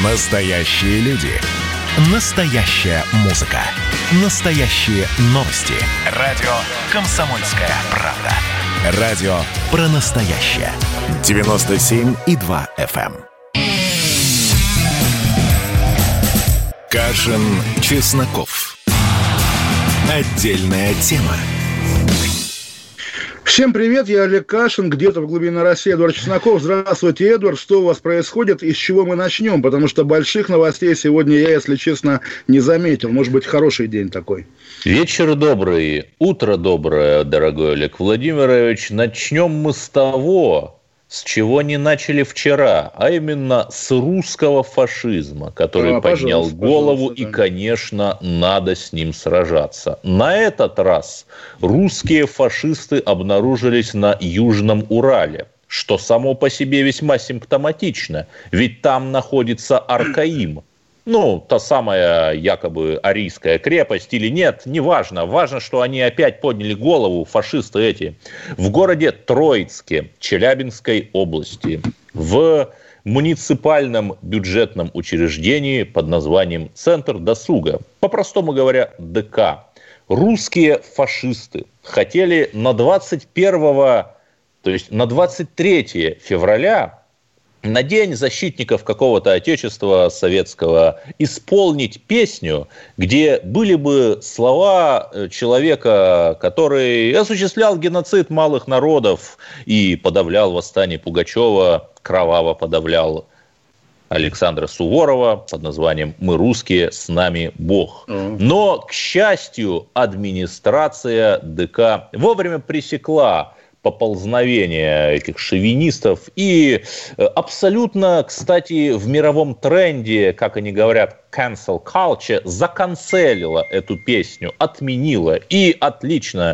Настоящие люди. Настоящая музыка. Настоящие новости. Радио «Комсомольская правда». Радио про настоящее. 97,2 FM. Кашин, Чесноков. Отдельная тема. Всем привет, я Олег Кашин, где-то в глубине России Эдвард Чесноков. Здравствуйте, Эдвард, что у вас происходит и с чего мы начнем? Потому что больших новостей сегодня я, если честно, не заметил. Может быть, хороший день такой. Вечер добрый, утро доброе, дорогой Олег Владимирович. Начнем мы с того, с чего не начали вчера, а именно с русского фашизма, который поднял голову, и, конечно, надо с ним сражаться. На этот раз русские фашисты обнаружились на Южном Урале, что само по себе весьма симптоматично, ведь там находится Аркаим. Та самая якобы арийская крепость или нет, неважно. Важно, что они опять подняли голову, фашисты эти, в городе Троицке, Челябинской области, в муниципальном бюджетном учреждении под названием «Центр досуга», по-простому говоря, ДК. Русские фашисты хотели на 23 февраля, на День защитников какого-то отечества советского, исполнить песню, где были бы слова человека, который осуществлял геноцид малых народов и подавлял восстание Пугачева, кроваво подавлял Александра Суворова под названием «Мы русские, с нами Бог». Но, к счастью, администрация ДК вовремя пресекла поползновение этих шовинистов и абсолютно, кстати, в мировом тренде, как они говорят, cancel culture, законцелила эту песню, отменила. И отлично.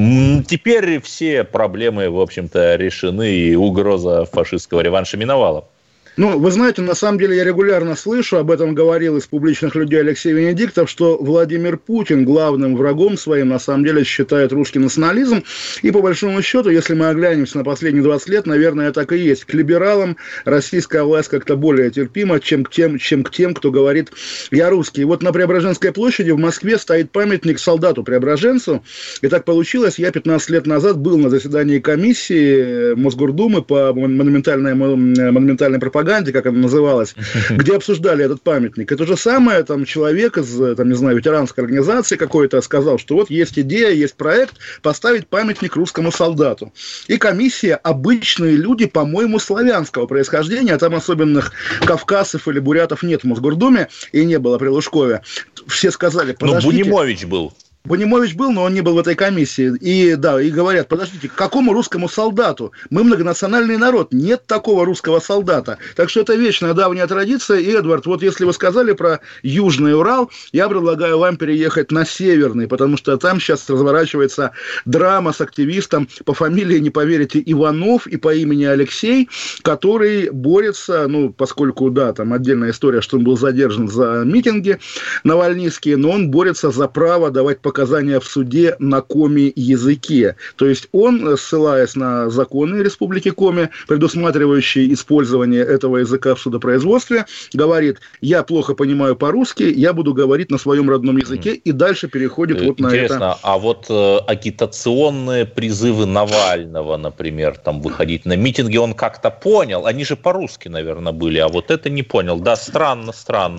Теперь все проблемы, в общем-то, решены, и угроза фашистского реванша миновала. Вы знаете, на самом деле я регулярно слышу, об этом говорил из публичных людей Алексей Венедиктов, что Владимир Путин главным врагом своим на самом деле считает русский национализм. И по большому счету, если мы оглянемся на последние 20 лет, наверное, так и есть. К либералам российская власть как-то более терпима, чем к тем, кто говорит «я русский». И вот на Преображенской площади в Москве стоит памятник солдату-преображенцу. И так получилось, я 15 лет назад был на заседании комиссии Мосгордумы по монументальной пропаганде, как она называлась, где обсуждали этот памятник. Это же самое, человек из, ветеранской организации какой-то сказал, что вот есть идея, есть проект поставить памятник русскому солдату. И комиссия, обычные люди, по-моему, славянского происхождения, а там особенных кавказцев или бурятов нет в Мосгордуме, и не было при Лужкове. Все сказали, подождите. Бунимович был. Бунимович был, но он не был в этой комиссии. И говорят, подождите, к какому русскому солдату? Мы многонациональный народ, нет такого русского солдата. Так что это вечная давняя традиция. И, Эдвард, вот если вы сказали про Южный Урал, я предлагаю вам переехать на Северный, потому что там сейчас разворачивается драма с активистом по фамилии, не поверите, Иванов и по имени Алексей, который борется, поскольку, там отдельная история, что он был задержан за митинги навальнистские, но он борется за право давать показания в суде на коми-языке. То есть он, ссылаясь на законы Республики Коми, предусматривающие использование этого языка в судопроизводстве, говорит, я плохо понимаю по-русски, я буду говорить на своем родном языке, и дальше переходит на это. Интересно, а вот агитационные призывы Навального, например, там выходить на митинги, он как-то понял? Они же по-русски, наверное, были, а вот это не понял. Да, странно.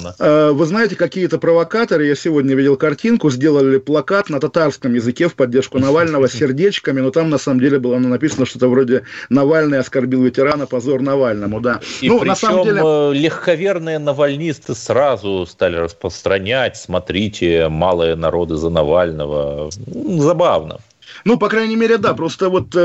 Вы знаете, какие-то провокаторы, я сегодня видел картинку, сделали плакат на татарском языке в поддержку Навального с сердечками, но там на самом деле было написано что-то вроде «Навальный оскорбил ветерана, позор Навальному». Да. И причем на самом деле легковерные навальнисты сразу стали распространять, смотрите, малые народы за Навального. Забавно. По крайней мере, да, просто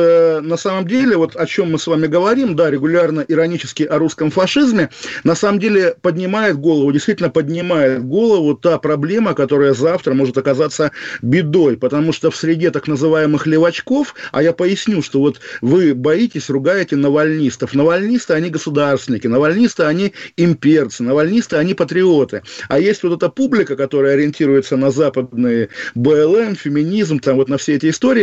на самом деле, о чем мы с вами говорим, да, регулярно иронически о русском фашизме, на самом деле действительно поднимает голову та проблема, которая завтра может оказаться бедой, потому что в среде так называемых левачков, а я поясню, что вы боитесь, ругаете навальнистов. Навальнисты, они государственники, навальнисты, они имперцы, навальнисты, они патриоты. А есть эта публика, которая ориентируется на западный БЛМ, феминизм, на все эти истории,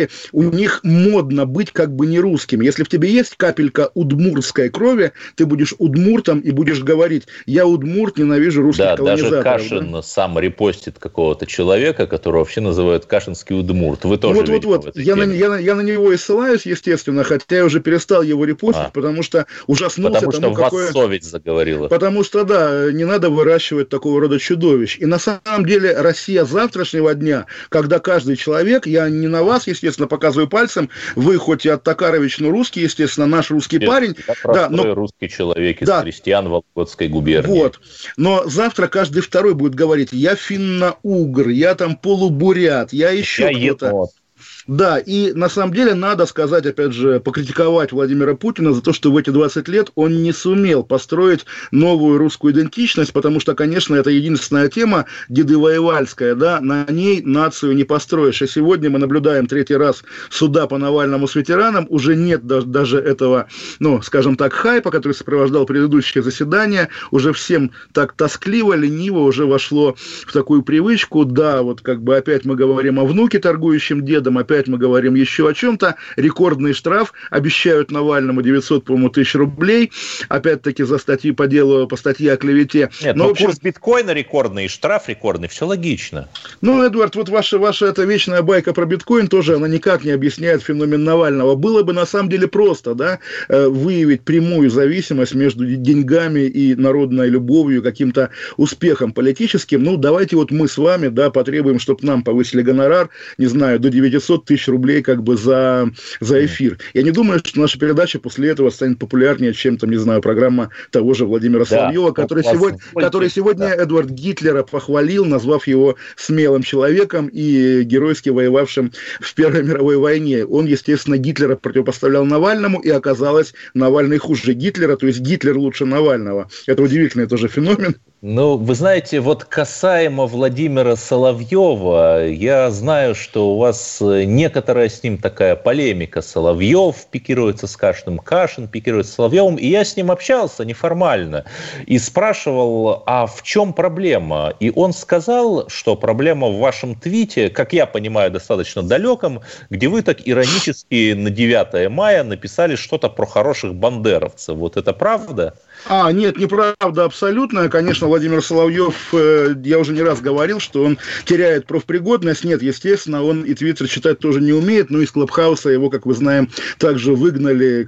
территории, у них модно быть как бы не русским. Если в тебе есть капелька удмуртской крови, ты будешь удмуртом и будешь говорить: я удмурт, ненавижу русских колонизаторов. Даже Кашин сам репостит какого-то человека, которого вообще называют кашинский удмурт. Вы тоже я на него и ссылаюсь, естественно, хотя я уже перестал его репостить, потому что ужаснулся потому тому, что вас совесть заговорила. Потому что, да, не надо выращивать такого рода чудовищ. И на самом деле Россия завтрашнего дня, когда каждый человек, я не на вас, естественно, показываю пальцем, вы хоть и от Токарович, но русский, естественно, наш русский парень. Я простой русский человек из крестьян Вологодской губернии. Вот. Но завтра каждый второй будет говорить: я финно-угр, я там полубурят, я еще кто-то. Енот. Да, и на самом деле надо сказать, опять же, покритиковать Владимира Путина за то, что в эти 20 лет он не сумел построить новую русскую идентичность, потому что, конечно, это единственная тема дедовоевальская, да, на ней нацию не построишь. И сегодня мы наблюдаем третий раз суда по Навальному с ветераном, уже нет даже этого, скажем так, хайпа, который сопровождал предыдущее заседание, уже всем так тоскливо, лениво уже вошло в такую привычку, да, вот как бы опять мы говорим о внуке, торгующем дедом, опять мы говорим еще о чем-то. Рекордный штраф обещают Навальному 900, по-моему, тысяч рублей. Опять-таки за статью по делу, по статье о клевете. Нет, но курс биткоина рекордный, и штраф рекордный. Все логично. Эдуард, вот ваша эта вечная байка про биткоин тоже, она никак не объясняет феномен Навального. Было бы на самом деле просто, да, выявить прямую зависимость между деньгами и народной любовью, каким-то успехом политическим. Давайте вот мы с вами, да, потребуем, чтобы нам повысили гонорар, не знаю, до 900 тысяч рублей как бы за эфир. Я не думаю, что наша передача после этого станет популярнее, чем, там, не знаю, программа того же Владимира Соловьева, который сегодня Эдвард Гитлера похвалил, назвав его смелым человеком и геройски воевавшим в Первой мировой войне. Он, естественно, Гитлера противопоставлял Навальному, и оказалось, Навальный хуже Гитлера, то есть Гитлер лучше Навального. Это удивительный тоже феномен. Вы знаете, вот касаемо Владимира Соловьева, я знаю, что у вас некоторая с ним такая полемика. Соловьев пикируется с Кашиным, Кашин пикируется с Соловьевым, и я с ним общался неформально и спрашивал, а в чем проблема? И он сказал, что проблема в вашем твите, как я понимаю, достаточно далеком, где вы так иронически на 9 мая написали что-то про хороших бандеровцев. Вот это правда? Нет, неправда абсолютно. Конечно, Владимир Соловьев, я уже не раз говорил, что он теряет профпригодность. Нет, естественно, он и Твиттер читать тоже не умеет, но из Клабхауса его, как вы знаем, также выгнали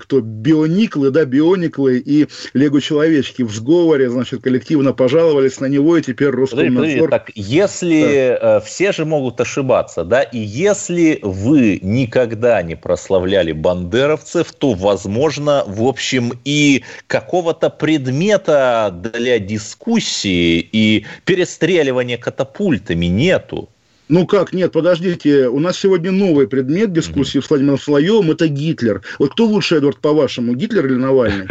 Биониклы и Лего-человечки в сговоре, значит, коллективно пожаловались на него, и теперь Роскомнадзор... Так, если все же могут ошибаться, да, и если вы никогда не прославляли бандеровцев, то, возможно, в общем, и какого-то предмета для дискуссии и перестреливания катапультами нету. Как нет, подождите, у нас сегодня новый предмет дискуссии с Владимиром Соловьевым, это Гитлер. Вот кто лучше, Эдвард, по-вашему, Гитлер или Навальный?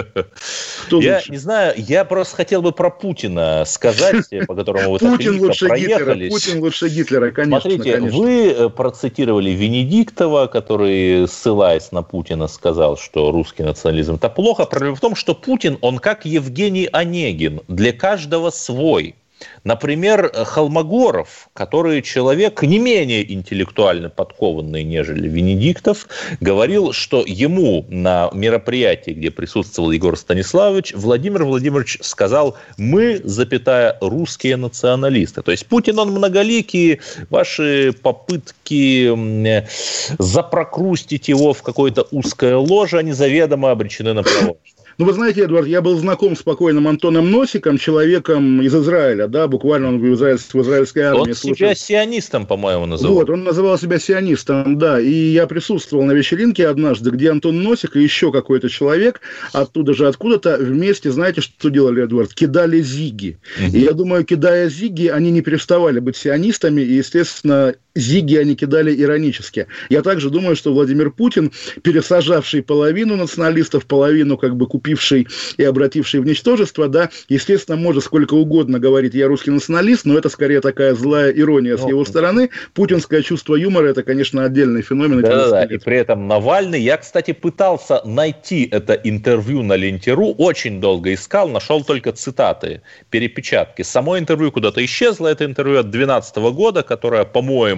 Я не знаю, я просто хотел бы про Путина сказать, по которому вы так легко проехались. Путин лучше Гитлера, конечно. Смотрите, вы процитировали Венедиктова, который, ссылаясь на Путина, сказал, что русский национализм это плохо. Проблема в том, что Путин, он как Евгений Онегин, для каждого свой. Например, Холмогоров, который человек не менее интеллектуально подкованный, нежели Венедиктов, говорил, что ему на мероприятии, где присутствовал Егор Станиславович, Владимир Владимирович сказал: мы, русские националисты. То есть Путин, он многоликий, ваши попытки запрокрустить его в какое-то узкое ложе, они заведомо обречены на провал. Вы знаете, Эдвард, я был знаком с покойным Антоном Носиком, человеком из Израиля, да, буквально он в израильской армии. Он себя сионистом, по-моему, называл. Вот, он называл себя сионистом, да, и я присутствовал на вечеринке однажды, где Антон Носик и еще какой-то человек, оттуда же откуда-то, вместе, знаете, что делали, Эдвард? Кидали зиги. И я думаю, кидая зиги, они не переставали быть сионистами, и, естественно, зиги они кидали иронически. Я также думаю, что Владимир Путин, пересажавший половину националистов, половину как бы купивший и обративший в ничтожество, да, естественно, может сколько угодно говорить «я русский националист», но это скорее такая злая ирония с его стороны. Путинское чувство юмора – это, конечно, отдельный феномен. Да, и при этом Навальный, я, кстати, пытался найти это интервью на Ленте.ру, очень долго искал, нашел только цитаты, перепечатки. Само интервью куда-то исчезло, это интервью от 2012 года, которое, по-моему,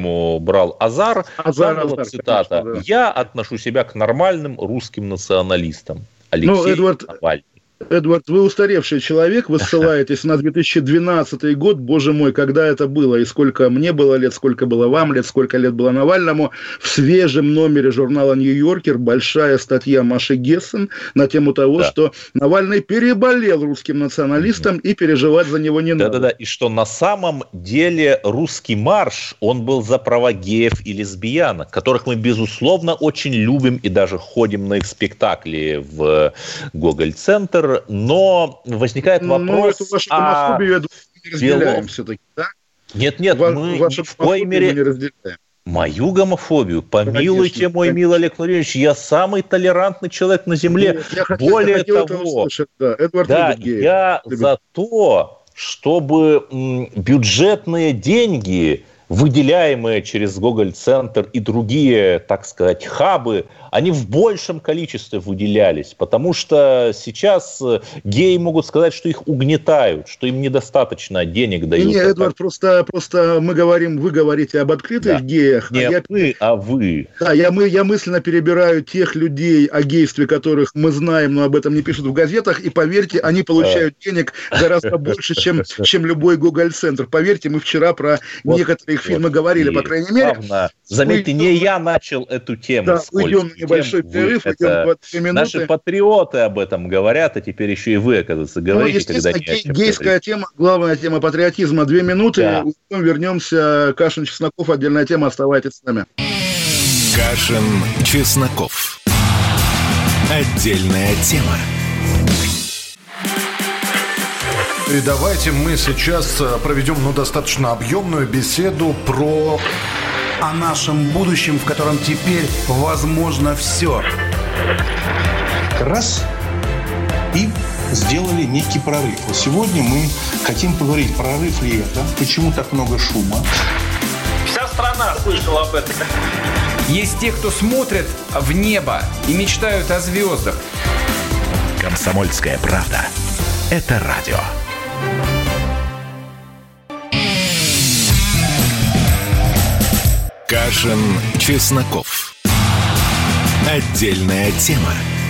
по-моему, брал Азар. Там была цитата: конечно, да. «Я отношу себя к нормальным русским националистам». Алексей Навальный. Эдвард, вы устаревший человек, вы ссылаетесь на 2012 год, боже мой, когда это было, и сколько мне было лет, сколько было вам лет, сколько лет было Навальному. В свежем номере журнала «Нью-Йоркер» большая статья Маши Гессен на тему того, что Навальный переболел русским националистом, и переживать за него не надо. Да-да-да, и что на самом деле русский марш, он был за права геев и лесбиянок, которых мы, безусловно, очень любим и даже ходим на их спектакли в Гоголь-центр. Но возникает вопрос... Ну, вашу гомофобию, я думаю, не разделяем все-таки, да? Нет, мы в коей мере... не разделяем. Мою гомофобию, помилуйте, мой милый Олег Владимирович, я самый толерантный человек на земле. Более того, я за то, чтобы бюджетные деньги, выделяемые через Гоголь-центр и другие, так сказать, хабы, они в большем количестве выделялись, потому что сейчас геи могут сказать, что их угнетают, что им недостаточно денег дают. Нет, Эдвард, просто вы говорите об открытых геях. Не мы, а вы. Да, я мысленно перебираю тех людей, о гействе которых мы знаем, но об этом не пишут в газетах, и поверьте, они получают денег гораздо больше, чем любой Гоголь-центр. Поверьте, мы вчера про некоторые их фильмы говорили, по крайней мере. Заметьте, не я начал эту тему. Да, уйдем на небольшой перерыв, идем 22 минуты. Наши патриоты об этом говорят, а теперь еще и вы, оказывается, говорите, когда не о чем гейская говорить. Тема, главная тема патриотизма. 2 минуты, уйдем, вернемся. Кашин, Чесноков, отдельная тема, оставайтесь с нами. Кашин, Чесноков. Отдельная тема. И давайте мы сейчас проведем достаточно объемную беседу о нашем будущем, в котором теперь возможно все. Раз и сделали некий прорыв. Вот сегодня мы хотим поговорить, прорыв ли это, почему так много шума. Вся страна слышала об этом. Есть те, кто смотрят в небо и мечтают о звездах. «Комсомольская правда» — это радио. Кашин, Чесноков. Отдельная тема.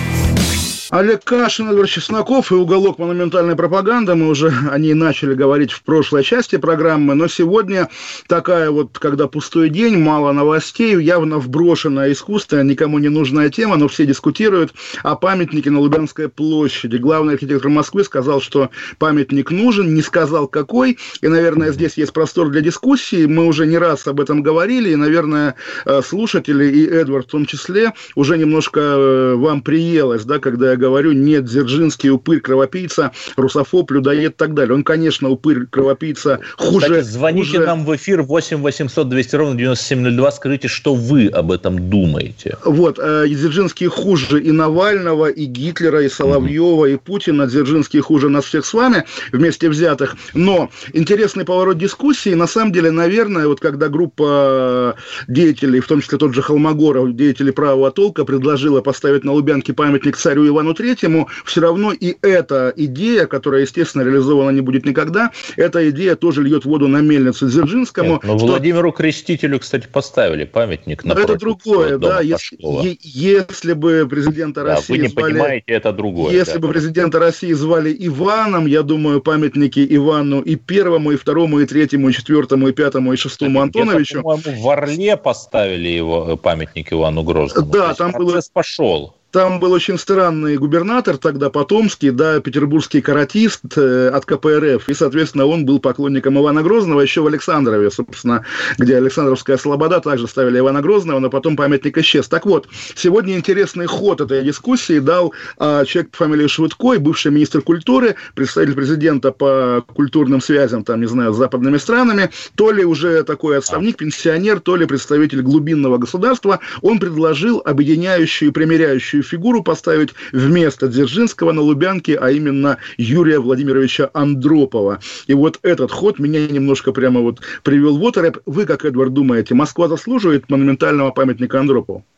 Олег Кашин, Эдвард Чесноков и уголок монументальной пропаганды. Мы уже о ней начали говорить в прошлой части программы, но сегодня такая вот, когда пустой день, мало новостей, явно вброшенная искусство, никому не нужная тема, но все дискутируют о памятнике на Лубянской площади. Главный архитектор Москвы сказал, что памятник нужен, не сказал какой, и, наверное, здесь есть простор для дискуссии. Мы уже не раз об этом говорили, и, наверное, слушатели, и Эдвард в том числе, уже немножко вам приелось, да, когда я говорю, нет, Дзержинский упырь, кровопийца, русофоб, людоед и так далее. Он, конечно, упырь, кровопийца, хуже... Кстати, звоните нам в эфир 8 800 200 ровно 9702, скажите, что вы об этом думаете. Вот, Дзержинский хуже и Навального, и Гитлера, и Соловьева, и Путина. Дзержинский хуже нас всех с вами, вместе взятых. Но интересный поворот дискуссии, на самом деле, наверное, вот когда группа деятелей, в том числе тот же Холмогоров, деятелей правого толка, предложила поставить на Лубянке памятник царю Ивану Третьему, все равно и эта идея, которая, естественно, реализована не будет никогда, эта идея тоже льет воду на мельницу Дзержинскому. Нет, но что... Владимиру Крестителю, кстати, поставили памятник. Но это другое, да, если бы президента России вы не понимаете, это другое. Если бы президента России звали Иваном, я думаю, памятники Ивану и первому, и второму, и третьему, и четвертому, и пятому, и шестому Антоновичу. По-моему, в Орле поставили его памятник Ивану Грозному. Да, там процесс пошел. Там был очень странный губернатор, тогда Потомский, да, петербургский каратист от КПРФ, и, соответственно, он был поклонником Ивана Грозного еще в Александрове, собственно, где Александровская Слобода, также ставили Ивана Грозного, но потом памятник исчез. Так вот, сегодня интересный ход этой дискуссии дал человек по фамилии Швыдкой, бывший министр культуры, представитель президента по культурным связям, там, не знаю, с западными странами, то ли уже такой отставник, пенсионер, то ли представитель глубинного государства. Он предложил объединяющую и примиряющую фигуру поставить вместо Дзержинского на Лубянке, а именно Юрия Владимировича Андропова. И вот этот ход меня немножко прямо вот привел в оторопь. Вы, как Эдвард, думаете, Москва заслуживает монументального памятника Андропову?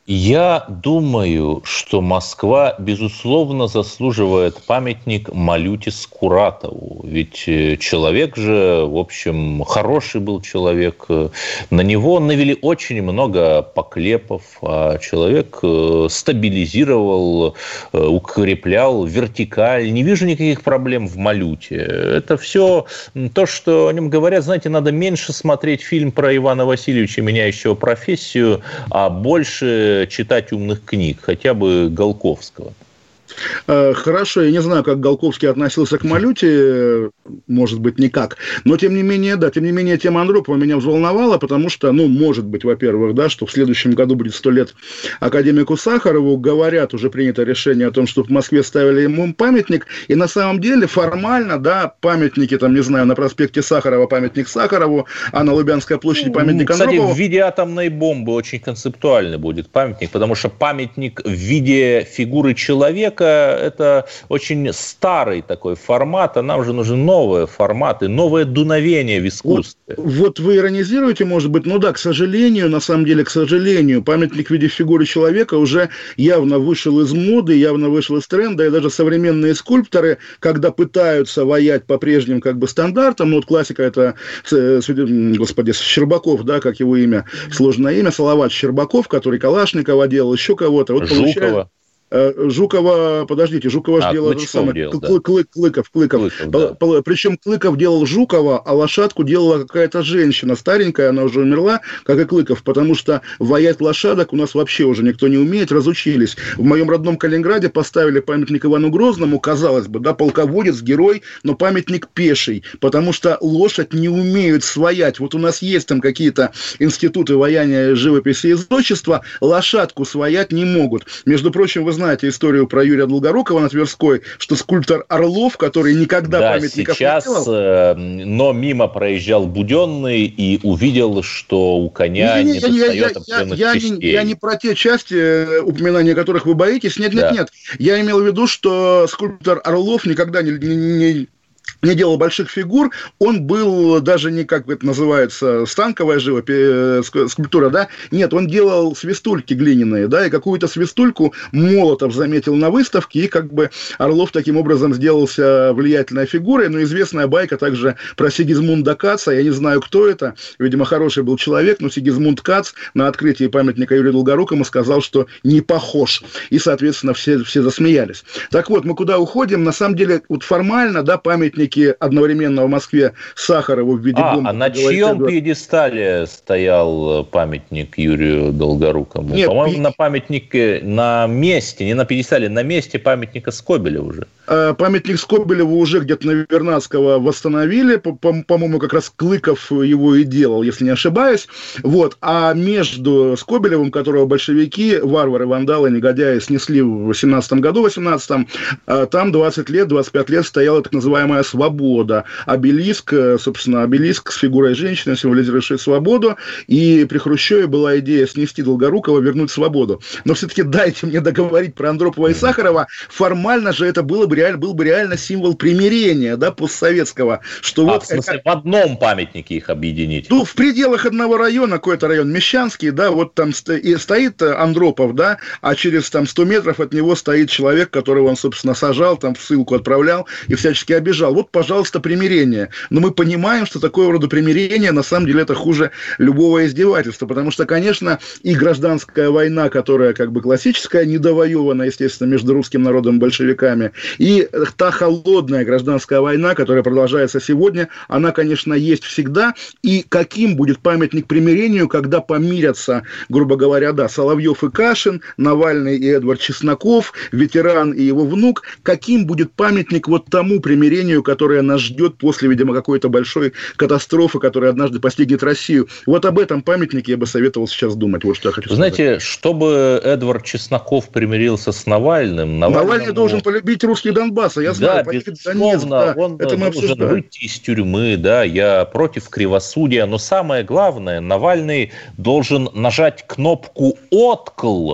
Я думаю, что Москва, безусловно, заслуживает памятник Малюте Скуратову. Ведь человек же, в общем, хороший был человек. На него навели очень много поклепов, а человек стабилизировал, укреплял вертикаль. Не вижу никаких проблем в Малюте. Это все то, что о нем говорят. Знаете, надо меньше смотреть фильм про Ивана Васильевича, меняющего профессию, а больше читать умных книг, хотя бы Голковского. Хорошо, я не знаю, как Голковский относился к Малюте, может быть, никак, но тем не менее, да, тема Андропова меня взволновала, потому что, может быть, во-первых, да, что в следующем году будет 100 лет академику Сахарову, говорят, уже принято решение о том, что в Москве ставили ему памятник, и на самом деле формально, да, памятники, там, не знаю, на проспекте Сахарова памятник Сахарову, а на Лубянской площади памятник Андропову. Кстати, в виде атомной бомбы очень концептуальный будет памятник, потому что памятник в виде фигуры человека — это очень старый такой формат, а нам же нужны новые форматы, новое дуновение в искусстве. Вот вы иронизируете, может быть, к сожалению, на самом деле, памятник в виде фигуры человека уже явно вышел из моды, явно вышел из тренда, и даже современные скульпторы, когда пытаются ваять по прежним стандартам, классика это, Щербаков, да, как его имя, сложное имя, Салават Щербаков, который Калашникова делал, еще кого-то. Жукова же делал это самое. Клыков. Да. Причем Клыков делал Жукова, а лошадку делала какая-то женщина старенькая, она уже умерла, как и Клыков, потому что ваять лошадок у нас вообще уже никто не умеет, разучились. В моем родном Калининграде поставили памятник Ивану Грозному, казалось бы, да, полководец, герой, но памятник пеший, потому что лошадь не умеют сваять. Вот у нас есть там какие-то институты ваяния, живописи и зодчества, лошадку сваять не могут. Между прочим, вы знаете историю про Юрия Долгорукова на Тверской, что скульптор Орлов, который никогда памятников не делал... но мимо проезжал Буденный и увидел, что у коня не достает определенных частей. Я не про те части, упоминания которых вы боитесь. Нет. Я имел в виду, что скульптор Орлов никогда не делал больших фигур, он был даже не, как это называется, станковая скульптура, да, нет, он делал свистульки глиняные, да, и какую-то свистульку Молотов заметил на выставке, и Орлов таким образом сделался влиятельной фигурой, но известная байка также про Сигизмунда Каца, я не знаю, кто это, видимо, хороший был человек, но Сигизмунд Кац на открытии памятника Юрию Долгорукому сказал, что не похож, и, соответственно, все засмеялись. Так вот, мы куда уходим? На самом деле, формально, да, памятники одновременно в Москве Сахарову в виде бомбы. А на чьем пьедестале стоял памятник Юрию Долгорукому? Нет, по-моему, на памятнике, на месте, не на пьедестале, на месте памятника Скобелеву уже. Памятник Скобелеву уже где-то на Вернадского восстановили, по-моему, как раз Клыков его и делал, если не ошибаюсь. Вот. А между Скобелевым, которого большевики, варвары, вандалы, негодяи снесли в 18 году, там 20 лет, 25 лет стояла так называемая свобода. Обелиск с фигурой женщины, символизирующей свободу. И при Хрущеве была идея снести Долгорукова, вернуть свободу. Но все-таки дайте мне договорить про Андропова и Сахарова. Формально же это был бы реально символ примирения, да, постсоветского. Что в смысле, в одном памятнике их объединить? В пределах одного района, какой-то район Мещанский, да, вот там стоит Андропов, да, а через 100 метров от него стоит человек, которого он, собственно, сажал, там в ссылку отправлял и всячески обижал. Вот, пожалуйста, примирение. Но мы понимаем, что такого рода примирение, на самом деле, это хуже любого издевательства, потому что, конечно, и гражданская война, которая классическая, недовоеванная, естественно, между русским народом и большевиками, и та холодная гражданская война, которая продолжается сегодня, она, конечно, есть всегда. И каким будет памятник примирению, когда помирятся, грубо говоря, да, Соловьев и Кашин, Навальный и Эдвард Чесноков, ветеран и его внук, каким будет памятник тому примирению, которое нас ждет после, видимо, какой-то большой катастрофы, которая однажды постигнет Россию. Вот об этом памятнике я бы советовал сейчас думать. Вот что я хочу сказать. Знаете, чтобы Эдвард Чесноков примирился с Навальным... Навальный должен полюбить русский Донбасс, я знаю. Да, безусловно, он должен выйти из тюрьмы, да, я против кривосудия, но самое главное, Навальный должен нажать кнопку «Откл»,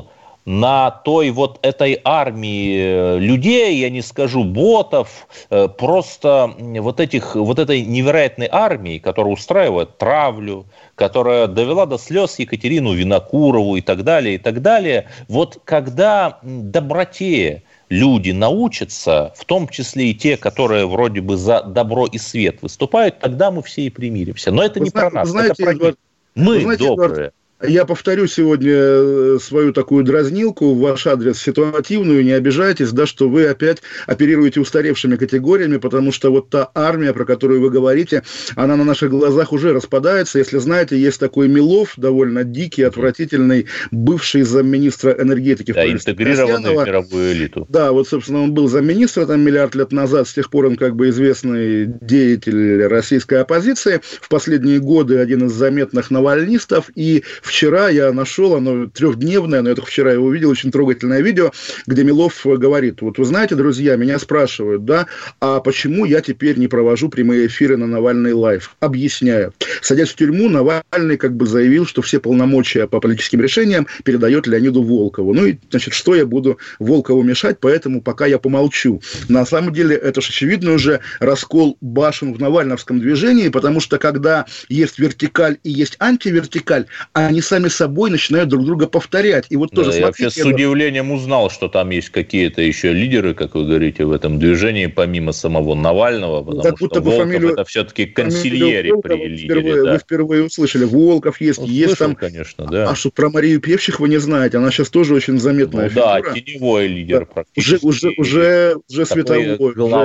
на той вот этой армии людей, я не скажу ботов, просто вот этой невероятной армии, которая устраивает травлю, которая довела до слез Екатерину Винокурову и так далее. Вот когда доброте люди научатся, в том числе и те, которые вроде бы за добро и свет выступают, тогда мы все и примиримся. Но это не про нас, это про них. Мы добрые. Я повторю сегодня свою такую дразнилку в ваш адрес ситуативную, не обижайтесь, да, что вы опять оперируете устаревшими категориями, потому что вот та армия, про которую вы говорите, она на наших глазах уже распадается. Если знаете, есть такой Милов, довольно дикий, отвратительный, бывший замминистра энергетики. Да, интегрированный в мировую элиту. Да, вот, собственно, он был замминистра там миллиард лет назад, с тех пор он как бы известный деятель российской оппозиции. В последние годы один из заметных навальнистов, и вчера я нашел, оно трехдневное, но я только вчера его увидел, очень трогательное видео, где Милов говорит: вот вы знаете, друзья, меня спрашивают, да, а почему я теперь не провожу прямые эфиры на Навальный лайв? Объясняю. Садясь в тюрьму, Навальный как бы заявил, что все полномочия по политическим решениям передает Леониду Волкову. Ну и, значит, что я буду Волкову мешать, поэтому пока я помолчу. На самом деле, это же очевидно уже раскол башен в навальновском движении, потому что когда есть вертикаль и есть антивертикаль, они сами собой начинают друг друга повторять. И вот тоже, я вообще с удивлением узнал, что там есть какие-то еще лидеры, как вы говорите, в этом движении, помимо самого Навального, потому что Волков это все-таки консильери при лидере. Вы впервые услышали. Волков есть. Есть там, конечно, да. А что про Марию Певчих вы не знаете? Она сейчас тоже очень заметная фигура. Да, теневой лидер практически. Уже световой.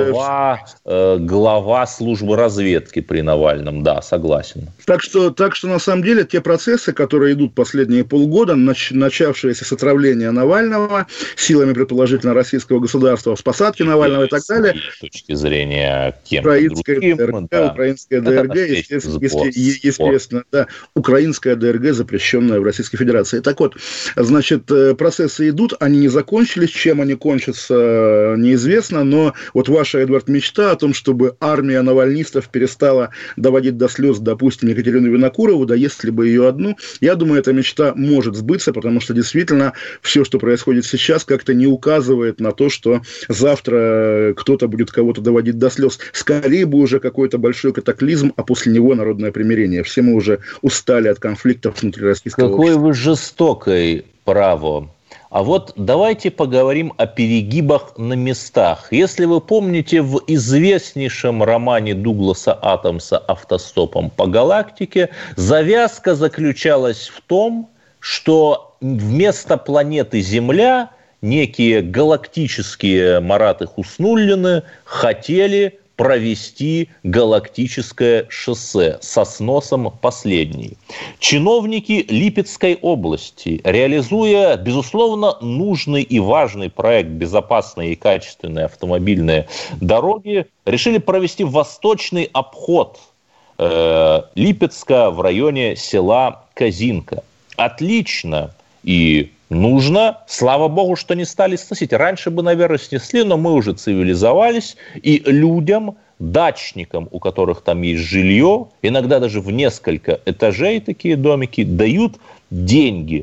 Глава службы разведки при Навальном, да, согласен. Так что на самом деле те процессы, которые идут последние полгода, начавшиеся с отравления Навального силами, предположительно, российского государства, с посадки Навального и так далее. С точки зрения украинская ДРГ, естественно, да, украинская ДРГ, запрещенная в Российской Федерации. Так вот, значит, процессы идут, они не закончились, чем они кончатся, неизвестно, но вот ваша, Эдвард, мечта о том, чтобы армия навальнистов перестала доводить до слез, допустим, Екатерину Винокурову, да если бы ее одну, я думаю, эта мечта может сбыться, потому что действительно все, что происходит сейчас, как-то не указывает на то, что завтра кто-то будет кого-то доводить до слез. Скорее бы уже какой-то большой катаклизм, а после него народное примирение. Все мы уже устали от конфликтов внутри российского общества. Какой вы жестокой, право. А вот давайте поговорим о перегибах на местах. Если вы помните, в известнейшем романе Дугласа Адамса «Автостопом по галактике» завязка заключалась в том, что вместо планеты Земля некие галактические Мараты Хуснуллины хотели провести галактическое шоссе со сносом последней. Чиновники Липецкой области, реализуя, безусловно, нужный и важный проект безопасной и качественной автомобильной дороги, решили провести восточный обход Липецка в районе села Козинка. Отлично и нужно. Слава богу, что не стали сносить. Раньше бы, наверное, снесли, но мы уже цивилизовались. И людям, дачникам, у которых там есть жилье, иногда даже в несколько этажей такие домики, дают деньги.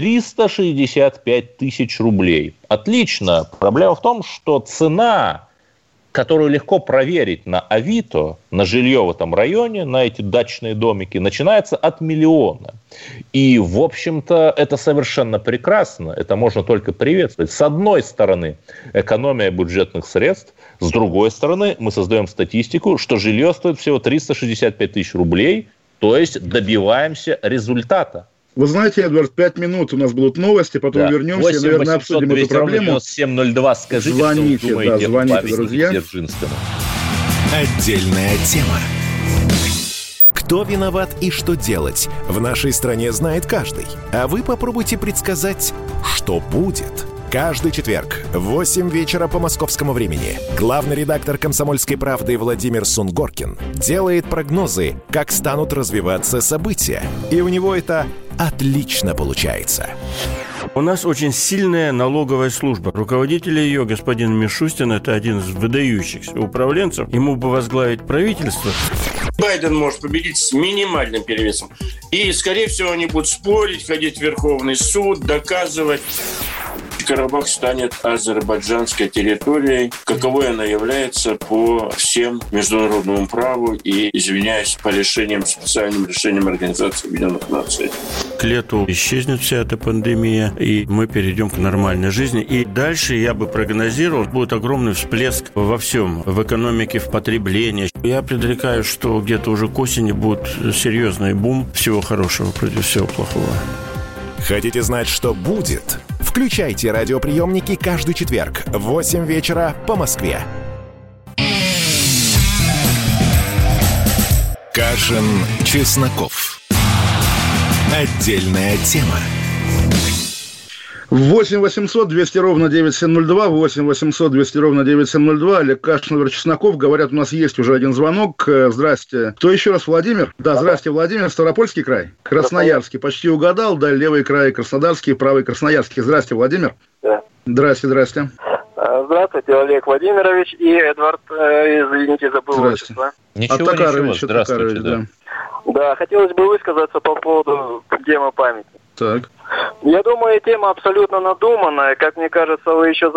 365 тысяч рублей. Отлично. Проблема в том, что цена, которую легко проверить на Авито, на жилье в этом районе, на эти дачные домики, начинается от 1 миллиона. И, в общем-то, это совершенно прекрасно. Это можно только приветствовать. С одной стороны, экономия бюджетных средств. С другой стороны, мы создаем статистику, что жилье стоит всего 365 тысяч рублей. То есть добиваемся результата. Вы знаете, Эдвард, 5 минут у нас будут новости, потом вернемся и, наверное, обсудим эту проблему. 702, скажите, звоните, что вы думаете, звоните, друзья. Дзержинскому. Отдельная тема. Кто виноват и что делать, в нашей стране знает каждый. А вы попробуйте предсказать, что будет. Каждый четверг в 8 вечера по московскому времени главный редактор «Комсомольской правды» Владимир Сунгоркин делает прогнозы, как станут развиваться события. И у него это отлично получается. У нас очень сильная налоговая служба. Руководитель ее, господин Мишустин, это один из выдающихся управленцев. Ему бы возглавить правительство. Байден может победить с минимальным перевесом. И, скорее всего, они будут спорить, ходить в Верховный суд, доказывать. Карабах станет азербайджанской территорией, каковой она является по всем международному праву и, извиняюсь, по специальным решениям Организации Объединенных Наций. К лету исчезнет вся эта пандемия, и мы перейдем к нормальной жизни. И дальше, я бы прогнозировал, будет огромный всплеск во всем, в экономике, в потреблении. Я предрекаю, что где-то уже к осени будет серьезный бум всего хорошего против всего плохого. Хотите знать, что будет? Включайте радиоприемники каждый четверг в 8 вечера по Москве. Кашин, Чесноков. Отдельная тема. 8 800 200 ровно 9702, 8 800 200 ровно 9702. Олег Кашин, Владимир Чесноков. Говорят, у нас есть уже один звонок. Здрасте. Кто еще раз? Владимир? Да, здрасте, Владимир. Ставропольский край? Красноярский. Почти угадал. Да, левый край Краснодарский, правый Красноярский. Здрасте, Владимир. Да. Здрасте. Здравствуйте, Олег Владимирович и Эдвард, извините, забыл отчество. Ничего, здравствуйте, да. Да, хотелось бы высказаться по поводу темы памяти. Так. Я думаю, тема абсолютно надуманная. Как мне кажется, вы еще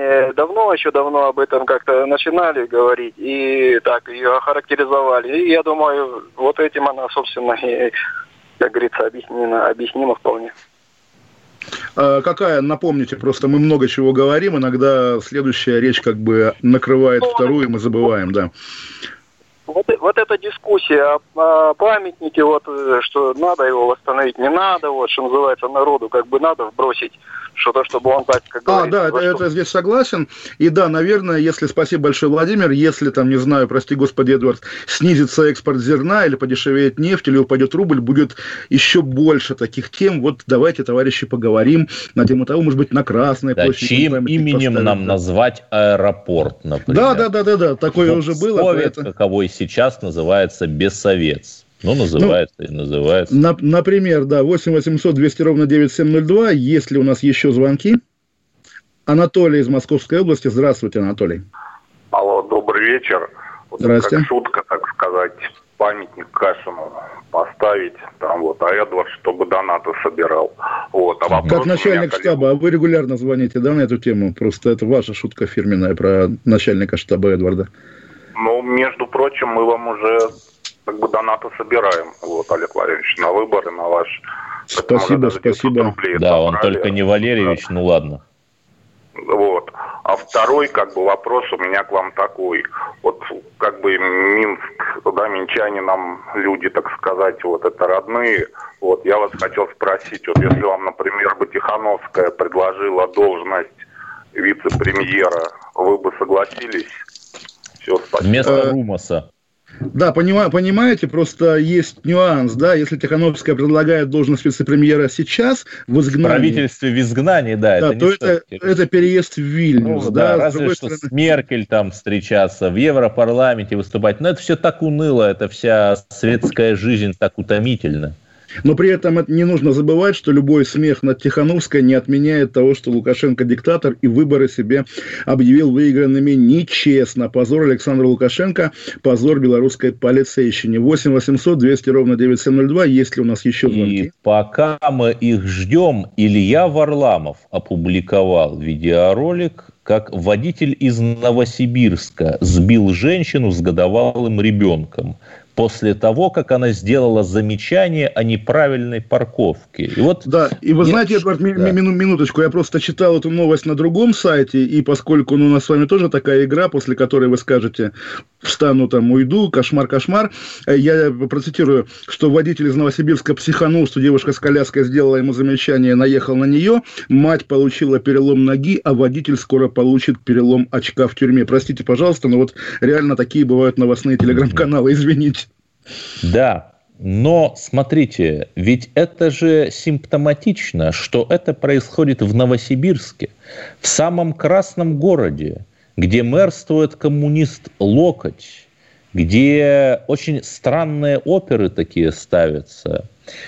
давно об этом как-то начинали говорить и так ее охарактеризовали. И я думаю, вот этим она, собственно, и, как говорится, объяснима вполне. Какая, напомните, просто мы много чего говорим, иногда следующая речь как бы накрывает вторую, и мы забываем, да. Вот эта дискуссия о памятнике, что надо его восстановить, не надо, что называется, народу как бы надо вбросить что-то, чтобы он так, как говорится... Да, это здесь согласен. И да, наверное, спасибо большое, Владимир, если там, не знаю, прости господи, Эдвард, снизится экспорт зерна или подешевеет нефть, или упадет рубль, будет еще больше таких тем. Вот давайте, товарищи, поговорим на тему того, может быть, на Красной площади. Чьим именем нам назвать аэропорт, например? Да, такое уже было. Каковой сейчас называется Бессовец. Называется. Например, да, 8 800 200 ровно 9702. Есть ли у нас еще звонки? Анатолий из Московской области. Здравствуйте, Анатолий. Алло, добрый вечер. Здрасте. Как шутка, так сказать, памятник Кашину поставить, а Эдвард, чтобы донаты собирал. Как начальник штаба, а вы регулярно звоните, да, на эту тему? Просто это ваша шутка фирменная про начальника штаба Эдварда. Между прочим, мы вам уже донаты собираем, Олег Валерьевич, на выборы, на ваш. Спасибо. Да, он только не Валерьевич, вот. А второй, вопрос у меня к вам такой. Минск, минчане нам люди, так сказать, это родные. Я вас хотел спросить, если вам, например, бы Тихановская предложила должность вице-премьера, вы бы согласились? Все, спасибо. Вместо Румаса. Да, понимаете, просто есть нюанс, да, если Тихановская предлагает должность вице-премьера сейчас в изгнании... В правительстве в изгнании, да, это переезд в Вильнюс, разве что с Меркель там встречаться, в Европарламенте выступать, но это все так уныло, это вся светская жизнь так утомительна. Но при этом не нужно забывать, что любой смех над Тихановской не отменяет того, что Лукашенко диктатор и выборы себе объявил выигранными нечестно. Позор Александра Лукашенко, позор белорусской полицейщине. 8 800 200 ровно 9702. Есть ли у нас еще звонки? И пока мы их ждем, Илья Варламов опубликовал видеоролик, как водитель из Новосибирска сбил женщину с годовалым ребенком после того, как она сделала замечание о неправильной парковке. И вы знаете, Эдвард, минуточку, я просто читал эту новость на другом сайте, и поскольку у нас с вами тоже такая игра, после которой вы скажете «встану, уйду, кошмар», я процитирую, что водитель из Новосибирска психанул, что девушка с коляской сделала ему замечание, наехал на нее, мать получила перелом ноги, а водитель скоро получит перелом очка в тюрьме. Простите, пожалуйста, но реально такие бывают новостные телеграм-каналы, извините. Да, но смотрите, ведь это же симптоматично, что это происходит в Новосибирске, в самом красном городе, где мэрствует коммунист Локоть, где очень странные оперы такие ставятся,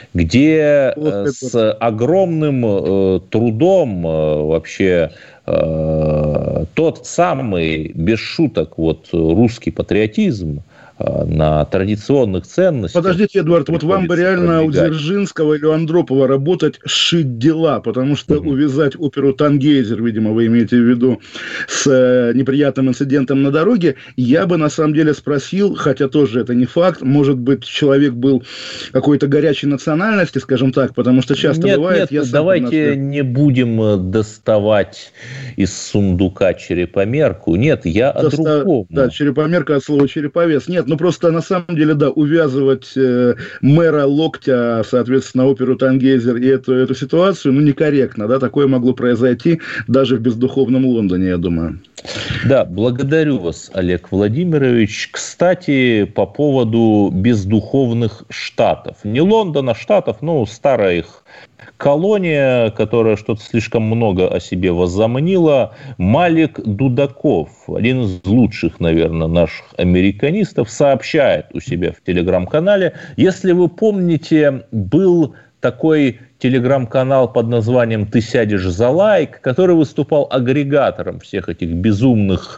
где с огромным трудом вообще тот самый, без шуток, русский патриотизм на традиционных ценностях. Подождите, Эдуард, вот вам бы реально у Дзержинского или у Андропова работать, шить дела, потому что увязать оперу «Тангейзер», видимо, вы имеете в виду, с неприятным инцидентом на дороге, я бы на самом деле спросил, хотя тоже это не факт, может быть, человек был какой-то горячей национальности, скажем так, потому что часто бывает... Давайте не будем доставать из сундука черепомерку. Нет, я о другом. Да, черепомерка от слова череповец. Нет, ну просто на самом деле, да, увязывать мэра Локтя, соответственно, оперу «Тангейзер» и эту ситуацию, ну, некорректно, да, такое могло произойти даже в бездуховном Лондоне, я думаю. Да, благодарю вас, Олег Владимирович. Кстати, по поводу бездуховных штатов. Не Лондона, штатов, ну, старая их колония, которая что-то слишком много о себе возомнила. Малик Дудаков, один из лучших, наверное, наших американистов, сообщает у себя в телеграм-канале. Если вы помните, был такой телеграм-канал под названием «Ты сядешь за лайк», который выступал агрегатором всех этих безумных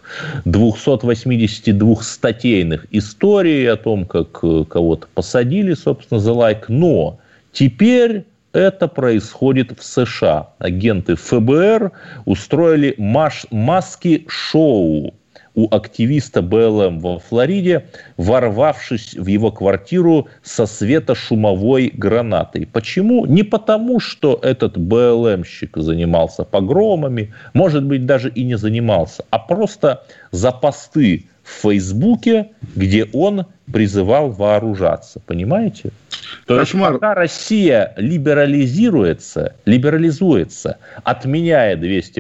282-статейных историй о том, как кого-то посадили, собственно, за лайк. Но теперь это происходит в США. Агенты ФБР устроили маски-шоу у активиста БЛМ во Флориде, ворвавшись в его квартиру со светошумовой гранатой. Почему? Не потому, что этот БЛМщик занимался погромами, может быть, даже и не занимался, а просто за посты в Фейсбуке, где он призывал вооружаться. Понимаете? То есть, пока Россия либерализуется, отменяя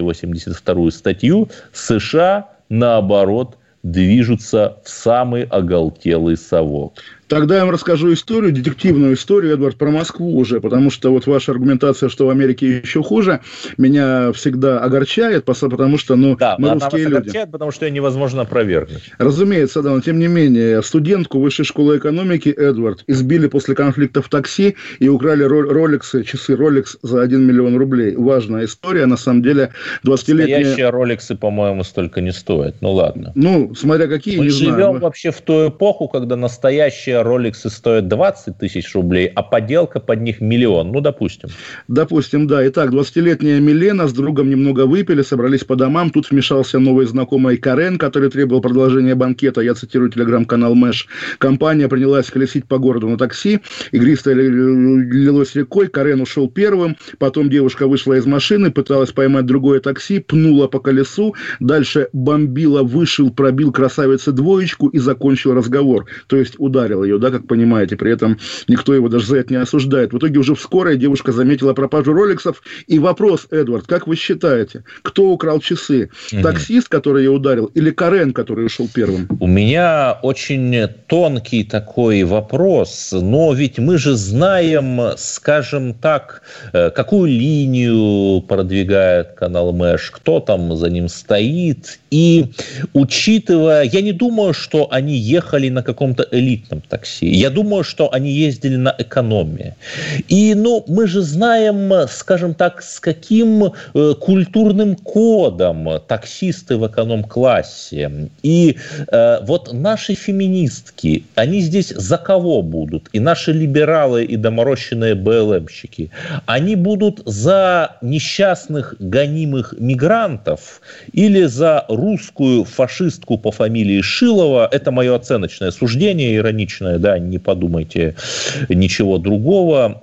282-ю статью, США, наоборот, движутся в самый оголтелый совок. Тогда я вам расскажу историю, детективную историю, Эдвард, про Москву уже, потому что вот ваша аргументация, что в Америке еще хуже, меня всегда огорчает, потому что, мы русские люди. Огорчает, потому что ее невозможно опровергнуть. Разумеется, да, но тем не менее, студентку высшей школы экономики, Эдвард, избили после конфликта в такси и украли часы Rolex за 1 миллион рублей. Важная история, на самом деле, 20-летняя... Настоящие Роликсы, по-моему, столько не стоят. Ну, ладно. Ну, смотря какие, не знаю. Мы живем вообще в ту эпоху, когда настоящие Роликсы стоят 20 тысяч рублей, а подделка под них 1 миллион. Ну, допустим. Допустим, да. Итак, 20-летняя Милена с другом немного выпили, собрались по домам. Тут вмешался новый знакомый Карен, который требовал продолжения банкета. Я цитирую телеграм-канал Мэш. Компания принялась колесить по городу на такси. Игристое лилось рекой. Карен ушел первым. Потом девушка вышла из машины, пыталась поймать другое такси, пнула по колесу. Дальше бомбила, вышел, пробил красавице двоечку и закончил разговор. То есть ударил ее, да, как понимаете, при этом никто его даже за это не осуждает. В итоге уже в скорой девушка заметила пропажу роликсов. И вопрос, Эдвард, как вы считаете, кто украл часы? Таксист, который ее ударил, или Карен, который ушел первым? У меня очень тонкий такой вопрос, но ведь мы же знаем, скажем так, какую линию продвигает канал Мэш, кто там за ним стоит. И учитывая, я не думаю, что они ехали на каком-то элитном такси. Я думаю, что они ездили на экономии. И, мы же знаем, скажем так, с каким культурным кодом таксисты в эконом-классе. И вот наши феминистки, они здесь за кого будут? И наши либералы и доморощенные БЛМщики, они будут за несчастных гонимых мигрантов или за русскую фашистку по фамилии Шилова? Это мое оценочное суждение, ироничное, да, не подумайте ничего другого,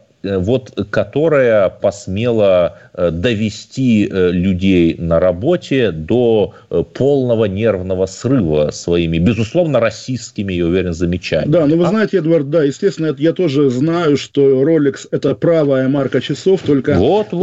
которая посмела довести людей на работе до полного нервного срыва своими, безусловно, расистскими, я уверен, замечаниями. Да, вы знаете, Эдвард, да, естественно, я тоже знаю, что Rolex – это правая марка часов, только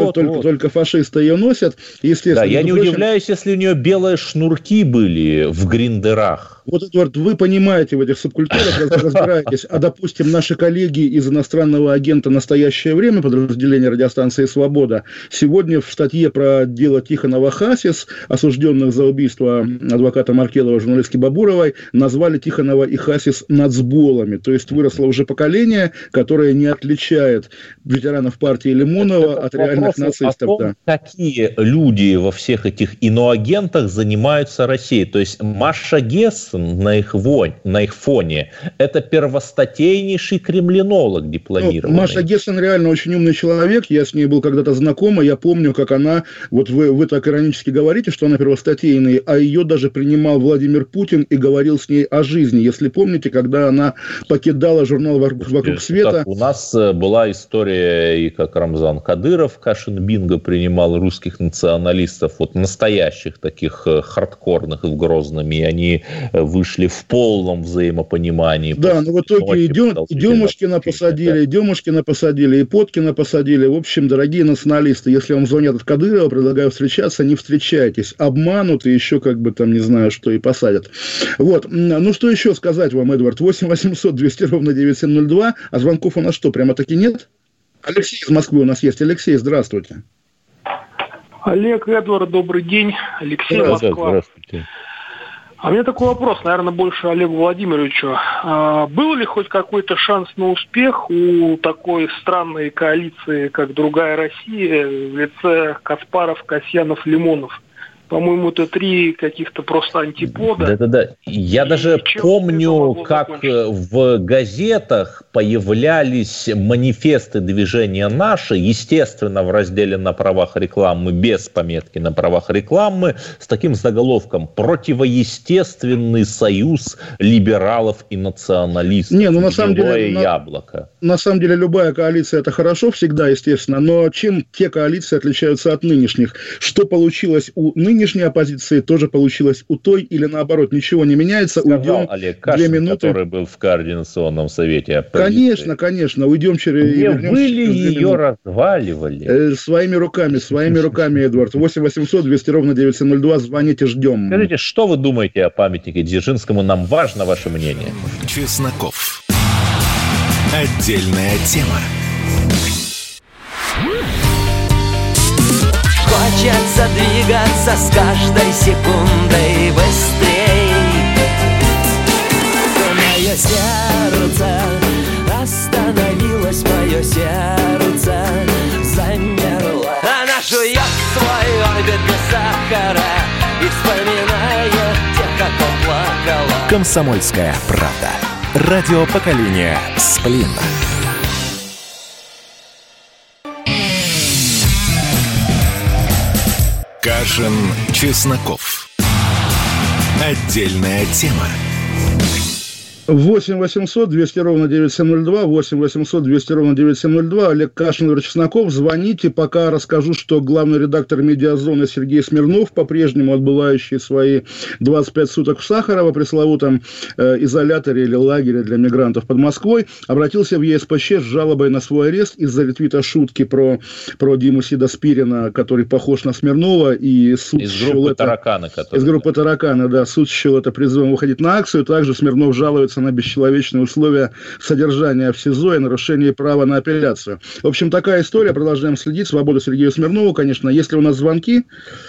фашисты ее носят. Да, я не удивляюсь, если у нее белые шнурки были в гриндерах. Вот, Эдвард, вы понимаете в этих субкультурах, разбираетесь, а, допустим, наши коллеги из иностранного агента «Настоящее время», подразделения радиостанции «Свобода», сегодня в статье про дело Тихонова-Хасис, осужденных за убийство адвоката Маркелова, журналистки Бабуровой, назвали Тихонова и Хасис нацболами. То есть выросло уже поколение, которое не отличает ветеранов партии Лимонова от реальных нацистов. Да. Какие люди во всех этих иноагентах занимаются Россией? То есть Маша Гессен, на их фоне. Это первостатейнейший кремлинолог дипломированный. Маша Гессен реально очень умный человек. Я с ней был когда-то знакома. Я помню, как она... Вот вы так иронически говорите, что она первостатейный, а ее даже принимал Владимир Путин и говорил с ней о жизни. Если помните, когда она покидала журнал «Вокруг света». Так, у нас была история, и как Рамзан Кадыров, Кашин-Бинго принимал русских националистов, вот настоящих таких хардкорных и в Грозном, и они вышли в полном взаимопонимании. Да, но в итоге и Демушкина посадили, и Поткина посадили. В общем, дорогие националисты, если вам звонят от Кадырова, предлагаю встречаться, не встречайтесь. Обманут и еще как бы там, не знаю, что и посадят. Вот. Ну, что еще сказать вам, Эдвард? 8 800 200 ровно 9702. А звонков у нас что, прямо-таки нет? Алексей из Москвы у нас есть. Алексей, здравствуйте. Олег, Эдвард, добрый день. Алексей, Москва. Здравствуйте. А у меня такой вопрос, наверное, больше Олегу Владимировичу. Был ли хоть какой-то шанс на успех у такой странной коалиции, как «Другая Россия», в лице Каспаров, Касьянов, Лимонов? По-моему, это три каких-то просто антипода. Да. Я даже помню, как в газетах появлялись манифесты движения «Наше», естественно, в разделе «На правах рекламы», без пометки «На правах рекламы», с таким заголовком «Противоестественный союз либералов и националистов». Не, ну на самом деле, яблоко. На самом деле любая коалиция – это хорошо всегда, естественно, но чем те коалиции отличаются от нынешних? Что получилось у нынешней оппозиции, тоже получилось у той, или наоборот, ничего не меняется. Сказал Олег Кашин, который был в Координационном совете оппозиции. Конечно, уйдем через... Где вы ли ее разваливали? Своими руками, Эдвард. 8 800 200 ровно 9702, звоните, ждем. Скажите, что вы думаете о памятнике Дзержинскому? Нам важно ваше мнение. Чесноков. Отдельная тема. Хочется двигаться с каждой секундой быстрей. Мое сердце остановилось, мое сердце замерло. Она жует свой орбит без сахара и вспоминает тех, кто плакала. Комсомольская правда. Радио поколения Сплин. Кашин, Чесноков. Отдельная тема. 8 800 200 ровно 9702, 8 800 200 ровно 9702. Олег Кашин, Игорь Чесноков. Звоните, пока расскажу, что главный редактор «Медиазоны» Сергей Смирнов, по-прежнему отбывающий свои 25 суток в Сахарово, пресловутом изоляторе или лагере для мигрантов под Москвой, обратился в ЕСПЧ с жалобой на свой арест из-за ретвита шутки про Диму Сидоспирина, который похож на Смирнова, и суд из группы «Тараканы». Из группы «Тараканы», да. Суд счел это призывом выходить на акцию. Также Смирнов жалуется на бесчеловечные условия содержания в СИЗО и нарушение права на апелляцию. В общем, такая история. Продолжаем следить. Свобода Сергею Смирнову, конечно. Есть ли у нас звонки?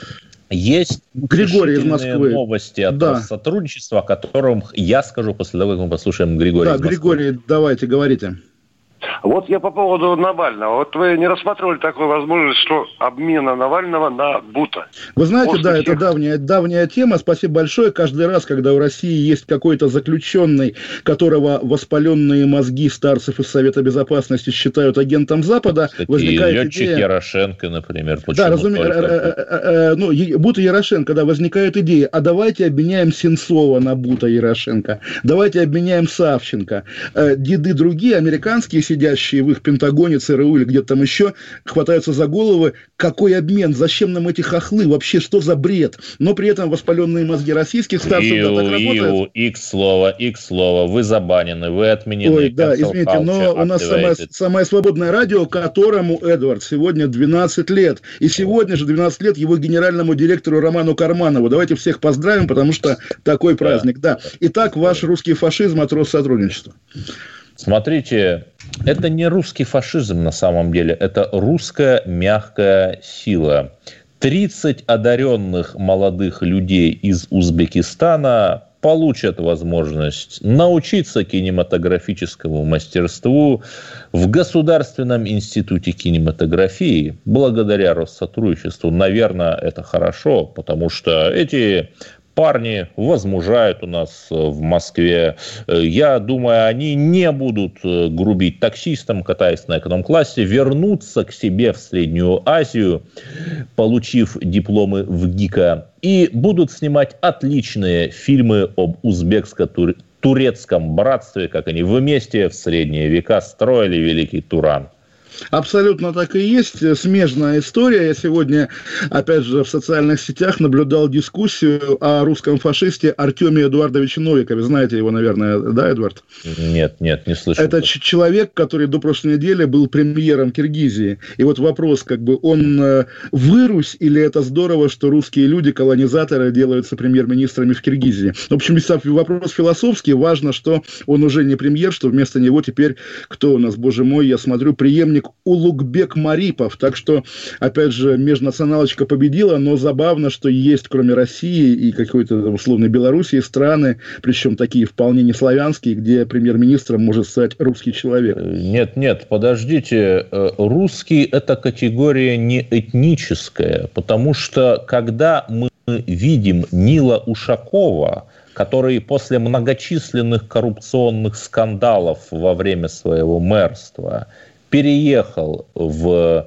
Есть Григорий из Москвы. Новости от сотрудничества, о котором я скажу после того, как мы послушаем Григория из Москвы. Григорий, давайте, говорите. Вот я по поводу Навального. Вот вы не рассматривали такую возможность, что обмена Навального на Бута? Вы знаете, да, это давняя тема. Спасибо большое. Каждый раз, когда в России есть какой-то заключенный, которого воспаленные мозги старцев из Совета Безопасности считают агентом Запада, кстати, возникает летчик идея... Ярошенко, например. Да, разумеется. Бута Ярошенко, да, возникает идея. А давайте обменяем Сенцова на Бута Ярошенко. Давайте обменяем Савченко. Деды другие, американские, сидящие в их Пентагоне, ЦРУ или где-то там еще, хватаются за головы, какой обмен, зачем нам эти хохлы, вообще что за бред? Но при этом воспаленные мозги российских старцев так работают. X слово, вы забанены, вы отменены. Ой, да, извините, но у нас самое свободное радио, которому, Эдвард, сегодня 12 лет. И сегодня же 12 лет его генеральному директору Роману Карманову. Давайте всех поздравим, потому что такой праздник. Да. Итак, ваш русский фашизм от Россотрудничества. Смотрите, это не русский фашизм на самом деле, это русская мягкая сила. 30 одаренных молодых людей из Узбекистана получат возможность научиться кинематографическому мастерству в Государственном институте кинематографии благодаря Россотрудничеству. Наверное, это хорошо, потому что эти Парни возмужают у нас в Москве. Я думаю, они не будут грубить таксистам, катаясь на эконом-классе, вернутся к себе в Среднюю Азию, получив дипломы в ГИКа, и будут снимать отличные фильмы об узбекско-турецком братстве, как они вместе в средние века строили Великий Туран. Абсолютно так и есть. Смежная история. Я сегодня, опять же, в социальных сетях наблюдал дискуссию о русском фашисте Артеме Эдуардовиче Новикове. Знаете его, наверное, да, Эдуард? Нет, не слышал. Это человек, который до прошлой недели был премьером Киргизии. И вот вопрос, как бы, он вырусь или это здорово, что русские люди, колонизаторы, делаются премьер-министрами в Киргизии? В общем, вопрос философский. Важно, что он уже не премьер, что вместо него теперь, кто у нас, боже мой, я смотрю, преемник Улугбек Марипов. Так что, опять же, межнационалочка победила, но забавно, что есть, кроме России и какой-то условной Белоруссии, страны, причем такие вполне не славянские, где премьер-министром может стать русский человек. Нет, подождите. Русский – это категория не этническая, потому что, когда мы видим Нила Ушакова, который после многочисленных коррупционных скандалов во время своего мэрства переехал в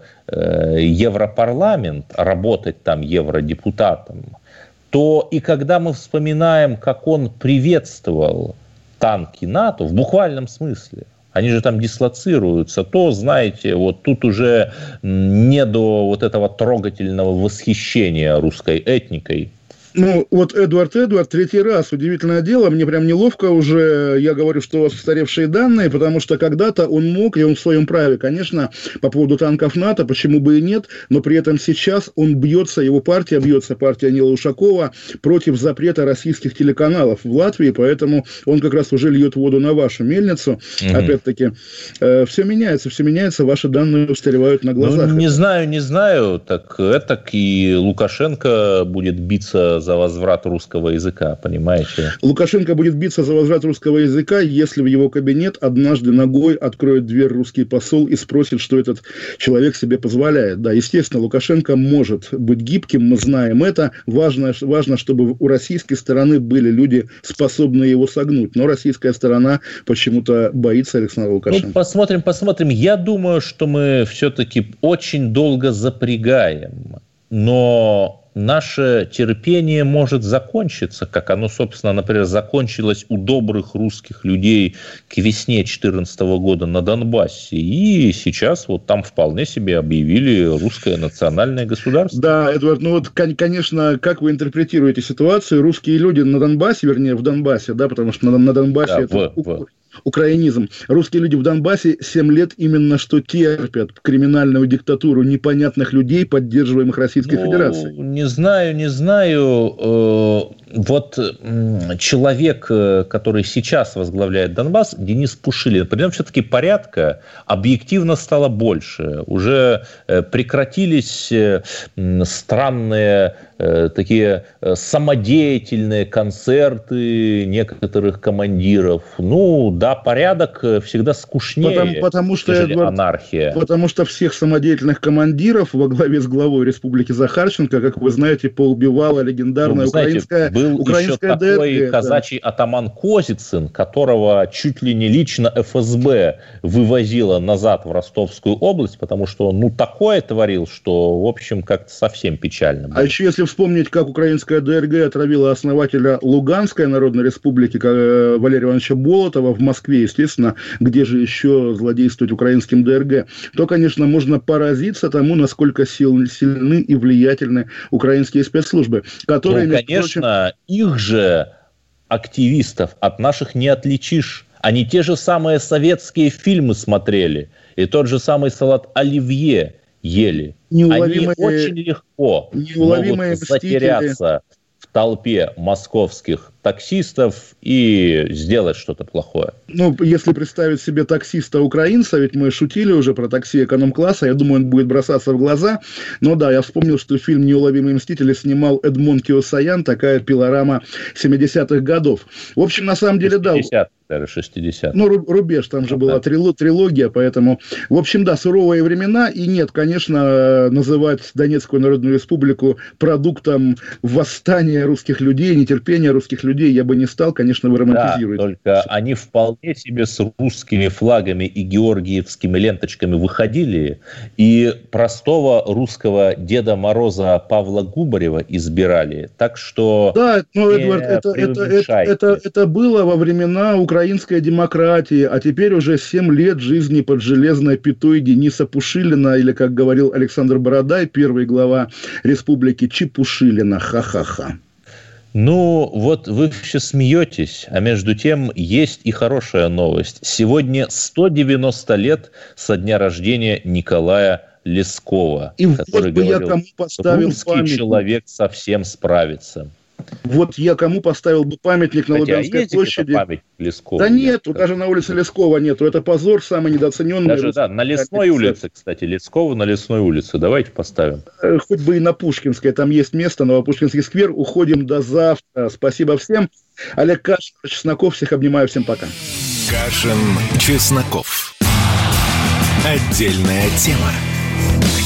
Европарламент, работать там евродепутатом, то и когда мы вспоминаем, как он приветствовал танки НАТО, в буквальном смысле, они же там дислоцируются, то, знаете, вот тут уже не до вот этого трогательного восхищения русской этникой. Ну, вот Эдуард, третий раз, удивительное дело, мне прям неловко уже, я говорю, что у вас устаревшие данные, потому что когда-то он мог, и он в своем праве, конечно, по поводу танков НАТО, почему бы и нет, но при этом сейчас он бьется, его партия бьется, партия Нила Ушакова, против запрета российских телеканалов в Латвии, поэтому он как раз уже льет воду на вашу мельницу. Опять-таки, все меняется, ваши данные устаревают на глазах. Ну, не знаю, так и Лукашенко будет биться за возврат русского языка, понимаете? Лукашенко будет биться за возврат русского языка, если в его кабинет однажды ногой откроет дверь русский посол и спросит, что этот человек себе позволяет. Да, естественно, Лукашенко может быть гибким, мы знаем это. Важно, чтобы у российской стороны были люди, способные его согнуть. Но российская сторона почему-то боится Александра Лукашенко. Ну, посмотрим. Я думаю, что мы все-таки очень долго запрягаем, но наше терпение может закончиться, как оно, собственно, например, закончилось у добрых русских людей к весне 2014 года на Донбассе. И сейчас вот там вполне себе объявили русское национальное государство. Да, Эдуард, ну вот, конечно, как вы интерпретируете ситуацию? Русские люди на Донбассе, вернее, в Донбассе, да, потому что на Донбассе да, это украинизм. Русские люди в Донбассе 7 лет именно что терпят криминальную диктатуру непонятных людей, поддерживаемых Российской Федерацией. Не знаю. Вот человек, который сейчас возглавляет Донбасс, Денис Пушилин, при нем все-таки порядка объективно стало больше. Уже прекратились странные такие самодеятельные концерты некоторых командиров. Ну, да, порядок всегда скучнее, потому что, Эдуард, анархия. Потому что всех самодеятельных командиров во главе с главой Республики Захарченко, как вы знаете, поубивала легендарная украинская еще такой казачий атаман Козицын, которого чуть ли не лично ФСБ вывозила назад в Ростовскую область, потому что он такое творил, что, в общем, как-то совсем печально было. А еще если вспомнить, как украинская ДРГ отравила основателя Луганской Народной Республики Валерия Ивановича Болотова в Москве, естественно, где же еще злодействовать украинским ДРГ, то, конечно, можно поразиться тому, насколько сильны и влиятельны украинские спецслужбы, которые, конечно, их же активистов от наших не отличишь. Они те же самые советские фильмы смотрели, и тот же самый салат оливье ели. Они очень легко могут затеряться в толпе московских таксистов и сделать что-то плохое. Ну, если представить себе таксиста-украинца, ведь мы шутили уже про такси эконом-класса, я думаю, он будет бросаться в глаза. Но да, я вспомнил, что фильм «Неуловимые мстители» снимал Эдмон Киосаян, такая пилорама 70-х годов. В общем, на самом деле, да. 60. Ну, рубеж, там же была трилогия, поэтому... В общем, да, суровые времена, и нет, конечно, называть Донецкую Народную Республику продуктом восстания русских людей, нетерпения русских людей я бы не стал, конечно, вы романтизируете. Да, только они вполне себе с русскими флагами и георгиевскими ленточками выходили, и простого русского Деда Мороза Павла Губарева избирали, так что... Да, но, Эдвард, это было во времена украинской демократии, а теперь уже 7 лет жизни под железной пятой Дениса Пушилина, или, как говорил Александр Бородай, первый глава республики, Чепушилина, ха-ха-ха. Ну, вот вы все смеетесь, а между тем есть и хорошая новость. Сегодня 190 лет со дня рождения Николая Лескова, и который вот говорил, кому поставил русский памятник. Человек совсем справится. Вот я кому поставил бы памятник на Лубянской площади. Памятник Лескову? Да нету, даже на улице Лескова нету. Это позор, самый недооцененный. Даже, да, на Лесной улице, кстати, Лескову на Лесной улице. Давайте поставим. Хоть бы и на Пушкинской, там есть место, Новопушкинский сквер. Уходим до завтра. Спасибо всем. Олег Кашин, Чесноков. Всех обнимаю, всем пока. Кашин, Чесноков. Отдельная тема.